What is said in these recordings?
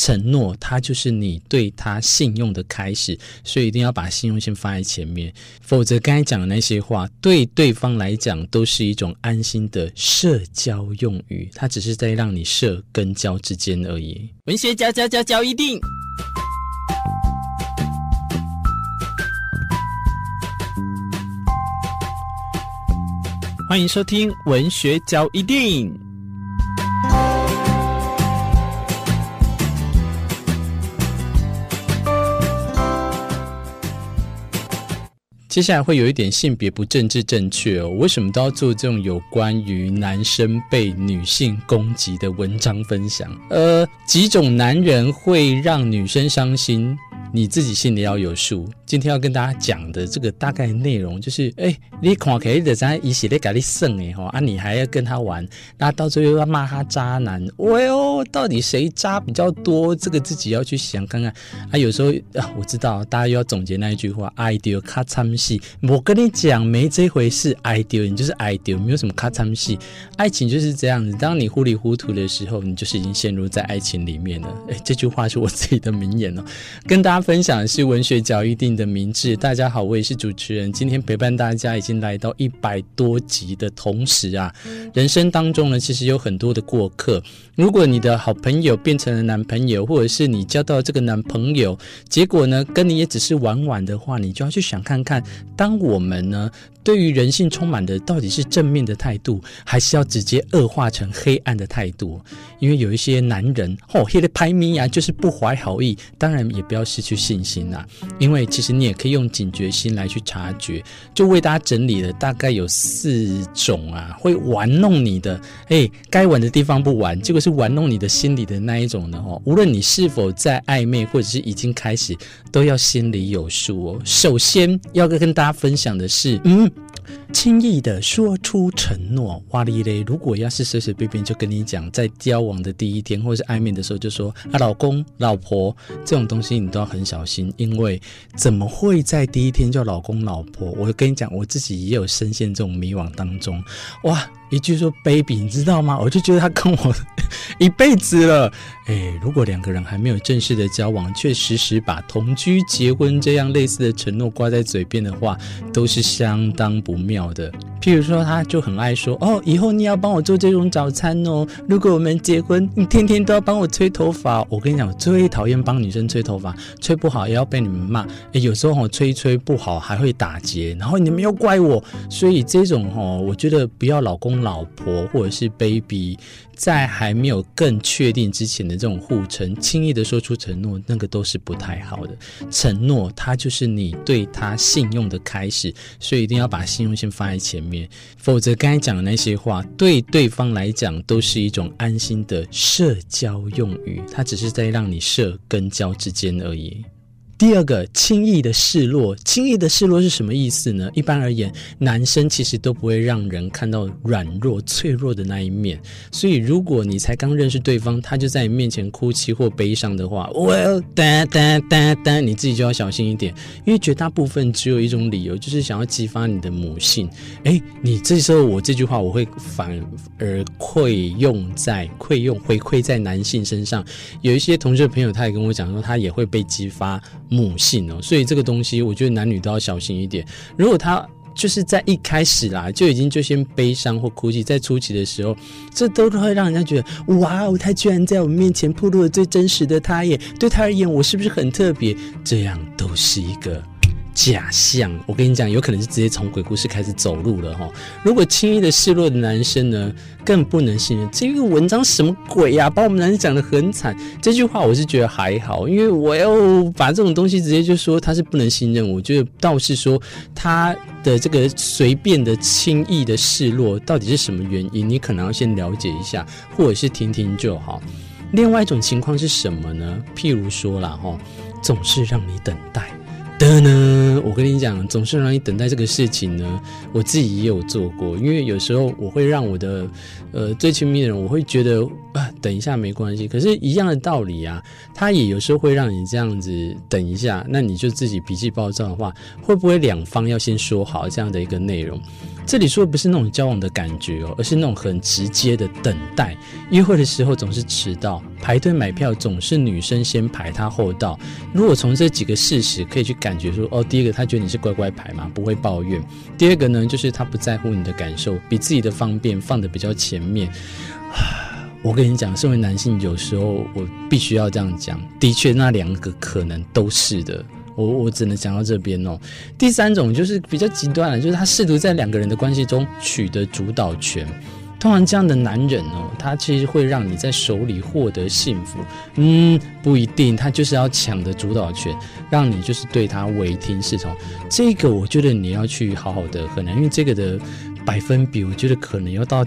承诺它就是你对他信用的开始，所以一定要把信用先放在前面，否则刚才讲的那些话对对方来讲都是一种安心的社交用语，它只是在让你社跟交之间而已。文学交一定。欢迎收听文学交一定。接下来会有一点性别不政治正确哦，为什么都要做这种有关于男生被女性攻击的文章分享？几种男人会让女生伤心，你自己心里要有数。今天要跟大家讲的这个大概内容就是，你看起来就知道他是在跟你耍的啊，你还要跟他玩，那到最后要骂他渣男。到底谁渣比较多？这个自己要去想看看啊。有时候我知道大家又要总结那一句话，爱丢卡参戏。我跟你讲，没这回事，爱丢你就是爱丢，没有什么卡参戏。爱情就是这样子，当你糊里糊涂的时候，你就是已经陷入在爱情里面了。这句话是我自己的名言哦，跟大家分享的是文学交一定的名字。大家好，我也是主持人，今天陪伴大家已经来到100多集的同时啊，人生当中呢，其实有很多的过客。如果你的好朋友变成了男朋友，或者是你交到这个男朋友，结果呢跟你也只是玩玩的话，你就要去想看看，当我们呢对于人性充满的到底是正面的态度，还是要直接恶化成黑暗的态度？因为有一些男人那个拍咪啊，就是不怀好意，当然也不要失去信心啊，因为其实你也可以用警觉心来去察觉。就为大家整理了大概有4种啊，会玩弄你的，该玩的地方不玩，结果是玩弄你的心里的那一种呢。无论你是否在暧昧或者是已经开始，都要心里有数哦。首先要跟大家分享的是，轻易的说出承诺。哇哩嘞，如果要是随随便便就跟你讲，在交往的第一天或者是暧昧的时候就说老公老婆，这种东西你都要很小心，因为怎么会在第一天叫老公老婆？我跟你讲，我自己也有深陷这种迷惘当中。哇，一句说 baby 你知道吗，我就觉得他跟我一辈子了。如果2个人还没有正式的交往，却时时把同居结婚这样类似的承诺挂在嘴边的话，都是相当不妙的。譬如说他就很爱说以后你要帮我做这种早餐哦，如果我们结婚你天天都要帮我吹头发。我跟你讲，我最讨厌帮女生吹头发，吹不好也要被你们骂。有时候吹一吹不好还会打结，然后你们又怪我。所以这种我觉得不要老公老婆或者是 baby， 在还没有更确定之前的这种互称，轻易的说出承诺，那个都是不太好的。承诺它就是你对他信用的开始，所以一定要把信用先放在前面，否则刚才讲的那些话对对方来讲都是一种安心的社交用语，它只是在让你社跟交之间而已。第二个，轻易的示弱。轻易的示弱是什么意思呢？一般而言，男生其实都不会让人看到软弱脆弱的那一面，所以如果你才刚认识对方，他就在你面前哭泣或悲伤的话，你自己就要小心一点，因为绝大部分只有一种理由，就是想要激发你的母性。你这时候我这句话我会反而回馈在男性身上。有一些同学朋友他也跟我讲说，他也会被激发母性哦，所以这个东西我觉得男女都要小心一点。如果他就是在一开始啦就已经就先悲伤或哭泣，在初期的时候，这都会让人家觉得哇他居然在我面前暴露了最真实的他耶，对他而言我是不是很特别？这样都是一个假象。我跟你讲，有可能是直接从鬼故事开始走路了齁。如果轻易的示弱的男生呢，更不能信任。这个文章什么鬼啊，把我们男生讲得很惨。这句话我是觉得还好，因为我要把这种东西直接就说他是不能信任，我觉得倒是说他的这个随便的轻易的示弱到底是什么原因，你可能要先了解一下，或者是听听就好。另外一种情况是什么呢？譬如说啦总是让你等待的呢，我跟你讲，总是让你等待这个事情呢，我自己也有做过。因为有时候我会让我的最亲密的人，我会觉得等一下没关系，可是一样的道理啊，他也有时候会让你这样子等一下，那你就自己脾气暴躁的话，会不会两方要先说好这样的一个内容？这里说的不是那种交往的感觉而是那种很直接的等待。约会的时候总是迟到， 排队买票总是女生先排他后到。如果从这几个事实可以去感觉说，第一个他觉得你是乖乖排嘛，不会抱怨；第二个呢，就是他不在乎你的感受，比自己的方便放得比较前面。我跟你讲，身为男性，有时候我必须要这样讲，的确那两个可能都是的。我只能讲到这边哦。第三种就是比较极端了，就是他试图在两个人的关系中取得主导权。通常这样的男人他其实会让你在手里获得幸福。不一定，他就是要抢的主导权，让你就是对他唯听是从。这个我觉得你要去好好的衡量，因为这个的百分比我觉得可能要到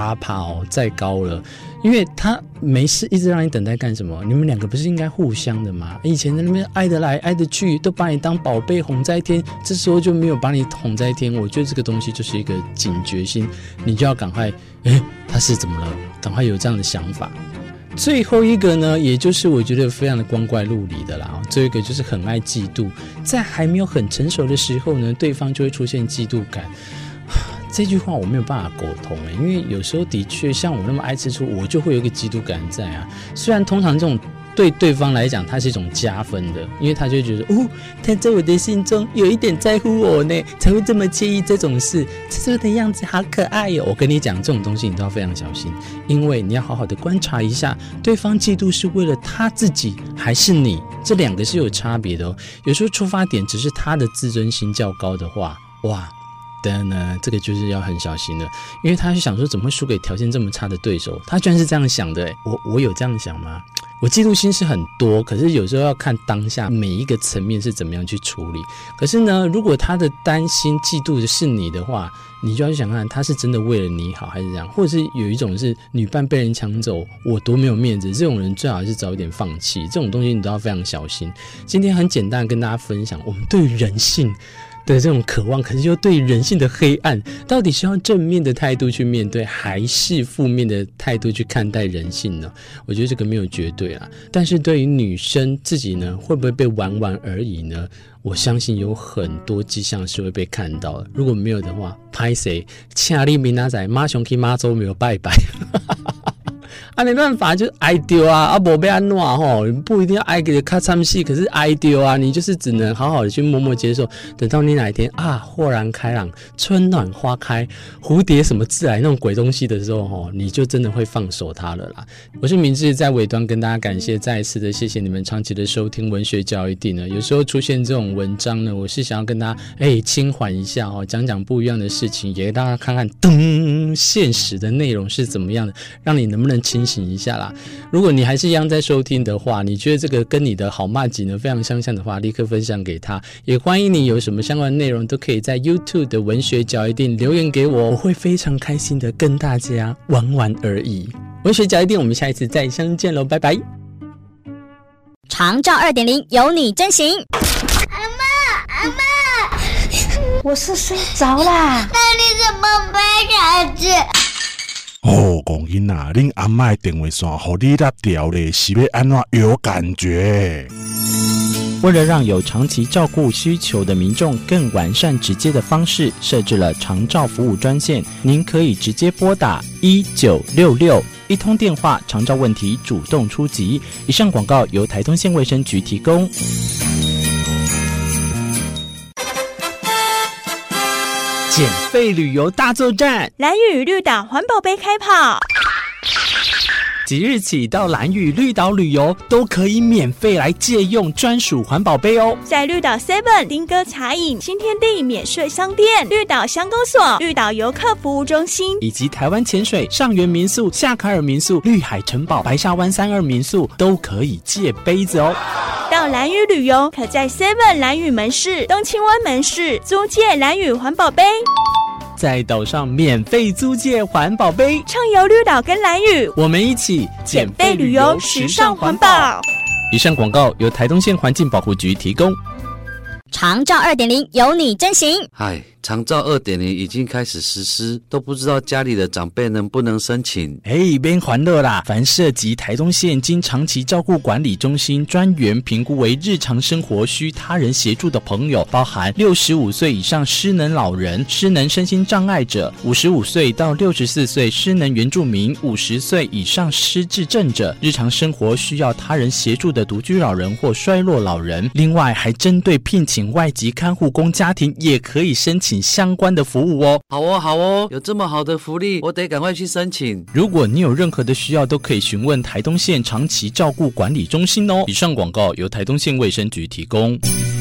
98% 再高了。因为他没事一直让你等待干什么？你们两个不是应该互相的吗？以前在那边爱得来爱得去，都把你当宝贝哄在天，这时候就没有把你哄在天。我觉得这个东西就是一个警觉心，你就要赶快他是怎么了？赶快有这样的想法。最后一个呢，也就是我觉得非常的光怪陆离的啦。最后一个就是很爱嫉妒，在还没有很成熟的时候呢，对方就会出现嫉妒感。这句话我没有办法沟通因为有时候的确像我那么爱吃醋，我就会有一个嫉妒感在啊。虽然通常这种对对方来讲它是一种加分的，因为他就会觉得他在我的心中有一点在乎我呢，才会这么介意这种事，这的样子好可爱我跟你讲，这种东西你都要非常小心，因为你要好好的观察一下，对方嫉妒是为了他自己还是你，这两个是有差别的有时候出发点只是他的自尊心较高的话，哇，但呢，这个就是要很小心了，因为他是想说怎么会输给条件这么差的对手，他居然是这样想的我有这样想吗？我嫉妒心是很多，可是有时候要看当下每一个层面是怎么样去处理。可是呢，如果他的担心嫉妒的是你的话，你就要去想看他是真的为了你好还是这样，或者是有一种是女伴被人抢走，我多没有面子，这种人最好是早一点放弃，这种东西你都要非常小心。今天很简单跟大家分享，我们对于人性的这种渴望，可是又对人性的黑暗，到底是要正面的态度去面对，还是负面的态度去看待人性呢？我觉得这个没有绝对啦，但是对于女生自己呢，会不会被玩玩而已呢？我相信有很多迹象是会被看到的，如果没有的话，拍谁请你明仔载马上去妈祖庙拜拜没办法，就是爱丢啊，没要怎样不一定要爱给他参戏，可是爱丢啊，你就是只能好好的去默默接受，等到你哪一天豁然开朗，春暖花开，蝴蝶什么自来那种鬼东西的时候你就真的会放手它了啦。我是明志，在尾端跟大家感谢，再一次的谢谢你们长期的收听文学教育地呢。有时候出现这种文章呢，我是想要跟大家轻缓一下讲讲不一样的事情，也给大家看看现实的内容是怎么样的，让你能不能清醒一下啦。如果你还是一样在收听的话，你觉得这个跟你的好麻吉呢非常相像的话，立刻分享给他。也欢迎你有什么相关的内容都可以在 YouTube 的文学角一定留言给我，我会非常开心的跟大家玩玩而已。文学角一定，我们下一次再相见咯，拜拜。 长照 2.0 有你真行。 阿嬷我是睡着啦。 那你怎么背孩子？ 讲囡仔，恁阿嬷的电话线互你拿掉咧，是要安怎有感觉？ 为了让有长期照顾需求的民众更完善直接的方式，设置了长照服务专线，您可以直接拨打1966，一通电话，长照问题主动出击。以上广告由台东县卫生局提供。 减废旅游大作战， 兰屿绿岛环保杯开跑。 即日起到兰屿绿岛旅游都可以免费来借用专属环保杯哦。 在绿岛 7 丁哥茶饮、新天地免税商店、绿岛乡公所、绿岛游客服务中心以及台湾潜水、上元民宿、夏卡尔民宿、绿海城堡、白沙湾32民宿都可以借杯子哦。 到兰屿旅游，可在 7 兰屿门市、东清湾门市租借兰屿环保杯， 在岛上免费租借环保杯， 畅游绿岛跟兰屿， 我们一起减废旅游，时尚环保。 以上广告由台东县环境保护局提供。 长照 2.0 有你真行。 嗨，长照 2.0 已经开始实施，都不知道家里的长辈能不能申请。 别欢乐啦！凡涉及台东县经长期照顾管理中心专员评估为日常生活需他人协助的朋友，包含65岁以上失能老人、失能身心障碍者、55岁到64岁失能原住民、50岁以上失智症者，日常生活需要他人协助的独居老人或衰弱老人。另外，还针对聘请外籍看护工家庭，也可以申请相关的服务哦。 好哦，有这么好的福利，我得赶快去申请。 如果你有任何的需要，都可以询问台东县长期照顾管理中心哦。以上广告由台东县卫生局提供。